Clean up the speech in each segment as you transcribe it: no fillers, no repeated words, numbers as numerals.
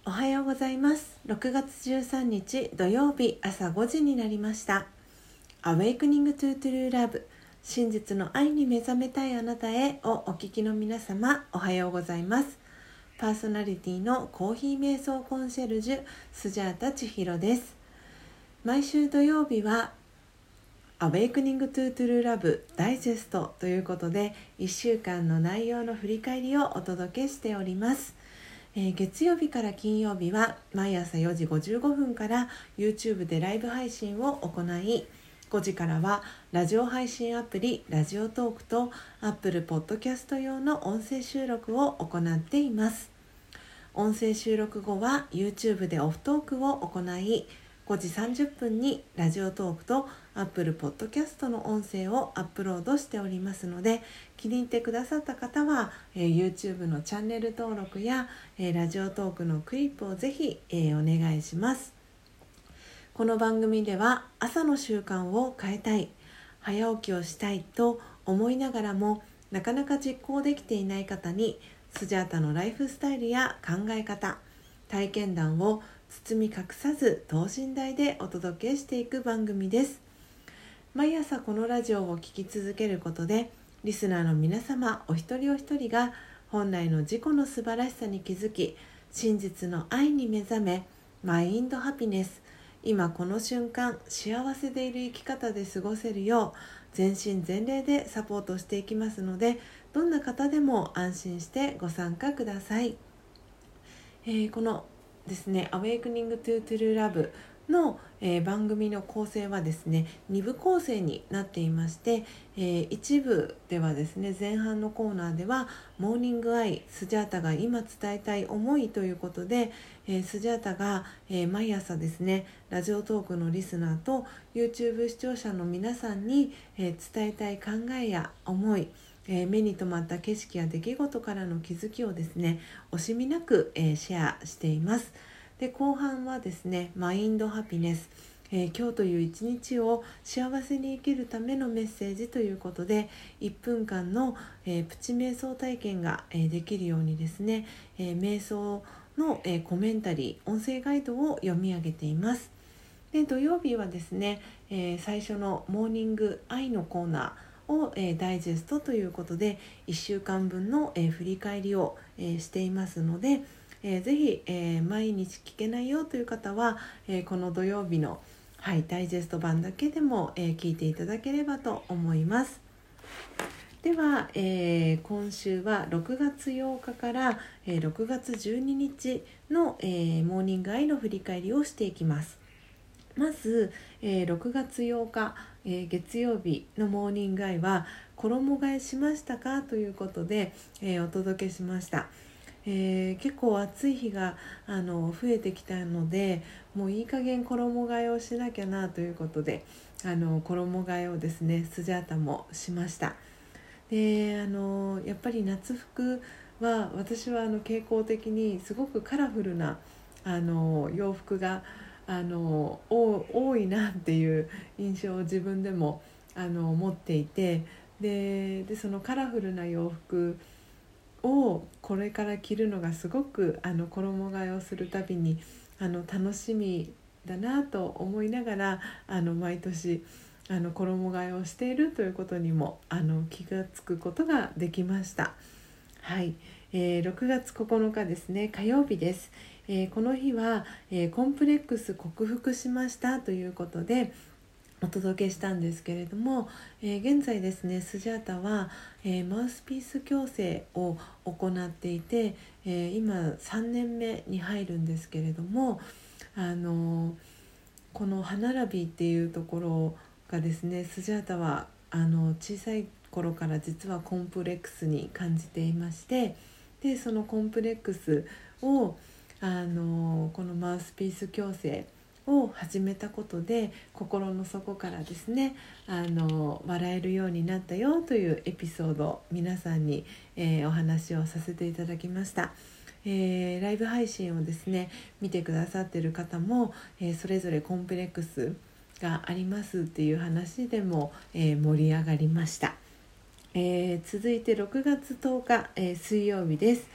おはようございます。6月13日土曜日朝5時になりました。 Awakening to True Love 真実の愛に目覚めたいあなたへをお聞きの皆様、おはようございます。パーソナリティのコーヒー瞑想コンシェルジュスジャータ千尋です。毎週土曜日はAwakening to True Love ダイジェストということで1週間の内容の振り返りをお届けしております。月曜日から金曜日は毎朝4時55分から YouTube でライブ配信を行い、5時からはラジオ配信アプリラジオトークと Apple Podcast 用の音声収録を行っています。音声収録後は YouTube でオフトークを行い、5時30分にラジオトークと Apple Podcast の音声をアップロードしておりますので、気に入ってくださった方は、YouTube のチャンネル登録や、ラジオトークのクリップをぜひ、お願いします。この番組では朝の習慣を変えたい、早起きをしたいと思いながらもなかなか実行できていない方に、スジャータのライフスタイルや考え方、体験談を包み隠さず等身大でお届けしていく番組です。毎朝このラジオを聴き続けることで、リスナーの皆様お一人お一人が本来の自己の素晴らしさに気づき、真実の愛に目覚め、マインドハピネス、今この瞬間幸せでいる生き方で過ごせるよう全身全霊でサポートしていきますので、どんな方でも安心してご参加ください。このですね、Awakening to True Love の、番組の構成はですね、2部構成になっていまして、1部ではですね、前半のコーナーではモーニングアイスジャータが今伝えたい思いということで、スジャータが、毎朝ですね、ラジオトークのリスナーと YouTube 視聴者の皆さんに、伝えたい考えや思い、目に留まった景色や出来事からの気づきをですね、惜しみなく、シェアしています。で、後半はですね、マインドハピネス、今日という一日を幸せに生きるためのメッセージということで、1分間の、プチ瞑想体験が、できるようにですね、瞑想の、コメンタリー音声ガイドを読み上げています。で、土曜日はですね、最初のモーニングアイのコーナーを、ダイジェストということで1週間分の、振り返りを、していますので、ぜひ、毎日聞けないよという方は、この土曜日の、ダイジェスト版だけでも、聞いていただければと思います。では、今週は6月8日から、6月12日の、モーニングアイの振り返りをしていきます。まず、6月8日、月曜日のモーニングアイは衣替えしましたかということで、お届けしました。結構暑い日が増えてきたので、もういい加減衣替えをしなきゃなということで、衣替えをですね、スジャータもしました。で、やっぱり夏服は私は傾向的にすごくカラフルな洋服が多いなっていう印象を自分でも持っていて、でそのカラフルな洋服をこれから着るのがすごく衣替えをするたびに楽しみだなと思いながら毎年衣替えをしているということにも気がつくことができました。はい、6月9日ですね、火曜日です。この日は、コンプレックス克服しましたということでお届けしたんですけれども、現在ですね、スジャータは、マウスピース矯正を行っていて、今3年目に入るんですけれども、この歯並びっていうところがですね、スジャータは小さい頃から実はコンプレックスに感じていまして、でそのコンプレックスをこのマウスピース矯正を始めたことで心の底からですね笑えるようになったよというエピソードを皆さんに、お話をさせていただきました。ライブ配信をですね見てくださっている方も、それぞれコンプレックスがありますっていう話でも、盛り上がりました。続いて6月10日、水曜日です。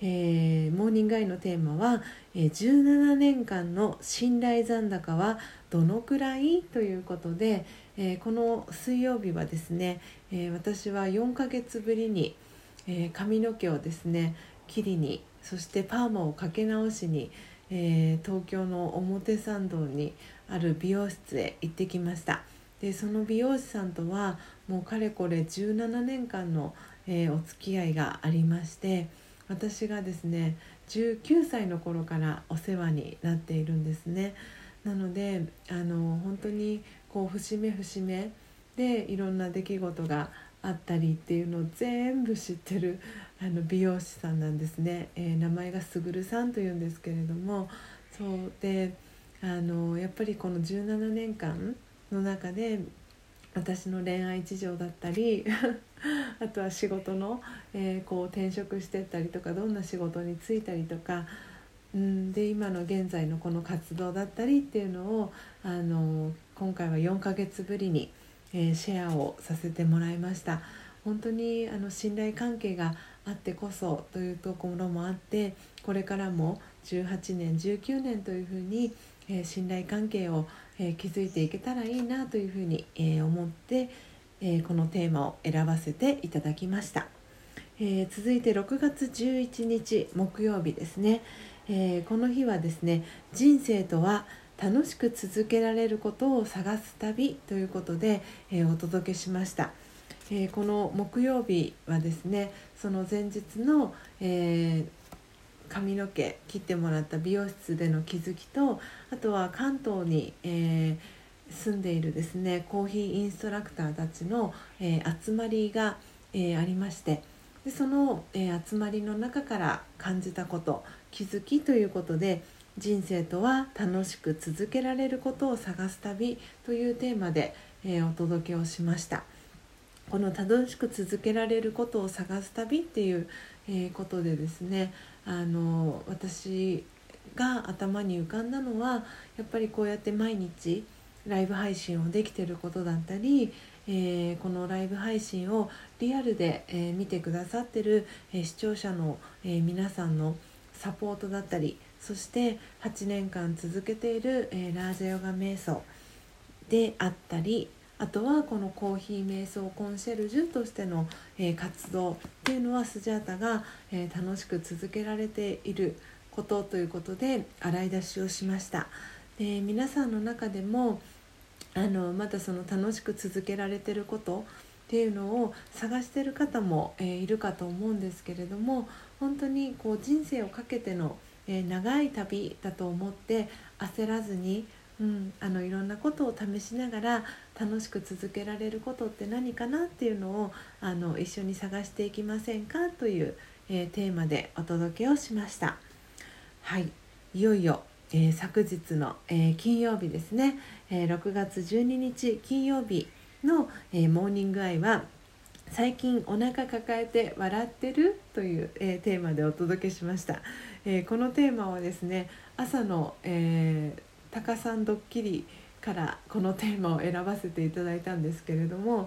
モーニングアイのテーマは、17年間の信頼残高はどのくらいということで、この水曜日はですね、私は4ヶ月ぶりに、髪の毛をですね切りに、そしてパーマをかけ直しに、東京の表参道にある美容室へ行ってきました。でその美容師さんとはもうかれこれ17年間の、お付き合いがありまして、私がですね19歳の頃からお世話になっているんですね。なので本当にこう節目節目でいろんな出来事があったりっていうのを全部知ってる美容師さんなんですね。名前がすぐるさんというんですけれども、そうでやっぱりこの17年間の中で私の恋愛事情だったりあとは仕事の、こう転職してったりとか、どんな仕事に就いたりとか、で今の現在のこの活動だったりっていうのを今回は4ヶ月ぶりに、シェアをさせてもらいました。本当に信頼関係があってこそというところもあって、これからも18年19年というふうに、信頼関係を、築いていけたらいいなというふうに、思って、このテーマを選ばせていただきました。続いて6月11日木曜日ですね。この日はですね、人生とは楽しく続けられることを探す旅ということで、お届けしました。この木曜日はですね、その前日の、髪の毛切ってもらった美容室での気づきと、あとは関東に、住んでいるですねコーヒーインストラクターたちの、集まりが、ありまして、でその、集まりの中から感じたこと、気づきということで、人生とは楽しく続けられることを探す旅というテーマで、お届けをしました。この楽しく続けられることを探す旅っていう、ことでですね、私が頭に浮かんだのは、やっぱりこうやって毎日ライブ配信をできていることだったり、このライブ配信をリアルで、見てくださってる、視聴者の、皆さんのサポートだったり、そして8年間続けている、ラージャヨガ瞑想であったり、あとはこのコーヒー瞑想コンシェルジュとしての、活動っていうのはスジャータが、楽しく続けられていることということで洗い出しをしました。で皆さんの中でもまだその楽しく続けられていることっていうのを探している方も、いるかと思うんですけれども、本当にこう人生をかけての、長い旅だと思って焦らずに、いろんなことを試しながら楽しく続けられることって何かなっていうのを一緒に探していきませんかという、テーマでお届けをしました。はい、いよいよ、昨日の、金曜日ですね、6月12日金曜日の、モーニングアイは最近お腹抱えて笑ってるという、テーマでお届けしました。このテーマはですね、朝の、タカさんドッキリからこのテーマを選ばせていただいたんですけれども、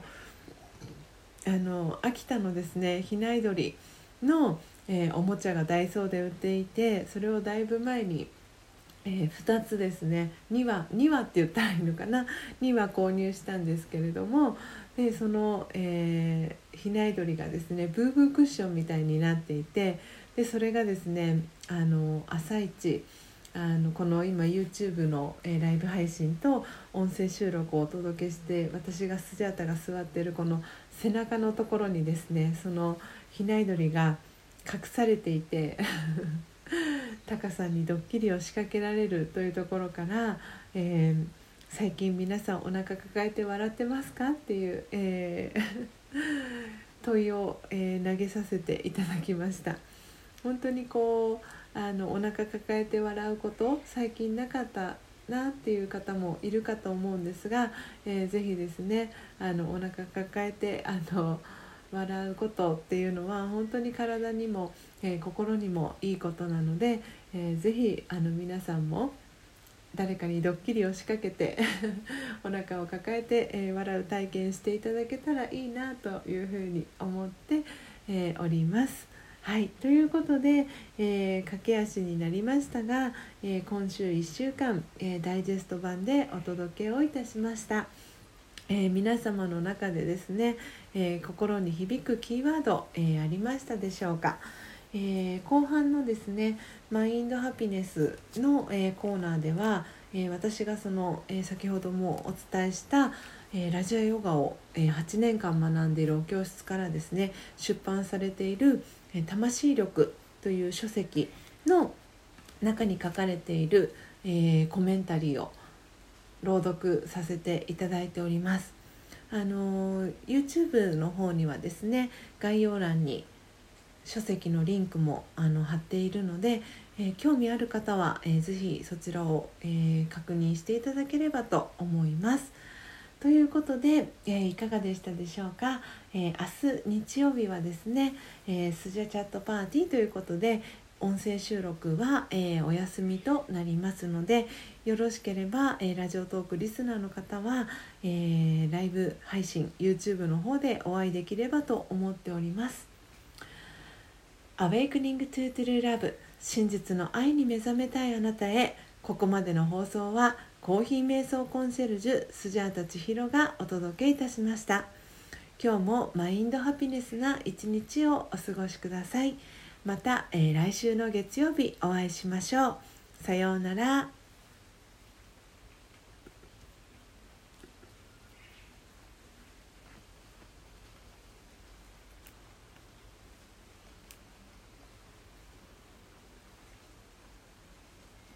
秋田のですね比内鶏の、おもちゃがダイソーで売っていて、それをだいぶ前に、2つですね、2羽って言ったらいいのかな、2羽購入したんですけれども、でその、比内鶏がですねブーブークッションみたいになっていて、でそれがですね朝一この今 YouTube の、ライブ配信と音声収録をお届けして、私がスジャータが座っているこの背中のところにですね、その比内鶏が隠されていてタカさんにドッキリを仕掛けられるというところから、最近皆さんお腹抱えて笑ってますかっていう、問いを、投げさせていただきました。本当にこうお腹抱えて笑うこと最近なかったなっていう方もいるかと思うんですが、ぜひですねお腹抱えて笑うことっていうのは本当に体にも、心にもいいことなので、ぜひ皆さんも誰かにドッキリを仕掛けてお腹を抱えて、笑う体験していただけたらいいなというふうに思って、おります。 はい、ということで、駆け足になりましたが、今週1週間、ダイジェスト版でお届けをいたしました。皆様の中でですね、心に響くキーワード、ありましたでしょうか。後半のですねマインドハピネスの、コーナーでは、私がその、先ほどもお伝えした、ラジオヨガを、8年間学んでいるお教室からですね出版されている、魂力という書籍の中に書かれている、コメンタリーを朗読させていただいております。YouTube の方にはですね概要欄に書籍のリンクも貼っているので、興味ある方は、ぜひそちらを、確認していただければと思います。ということで、いかがでしたでしょうか。明日日曜日はですね、スジャチャットパーティーということで音声収録は、お休みとなりますので、よろしければ、ラジオトークリスナーの方は、ライブ配信 YouTube の方でお会いできればと思っております。Awakening to True Love 真実の愛に目覚めたいあなたへ。ここまでの放送はコーヒー瞑想コンシェルジュスジャータ千尋がお届けいたしました。今日もマインドハピネスな一日をお過ごしください。また、来週の月曜日お会いしましょう。さようなら。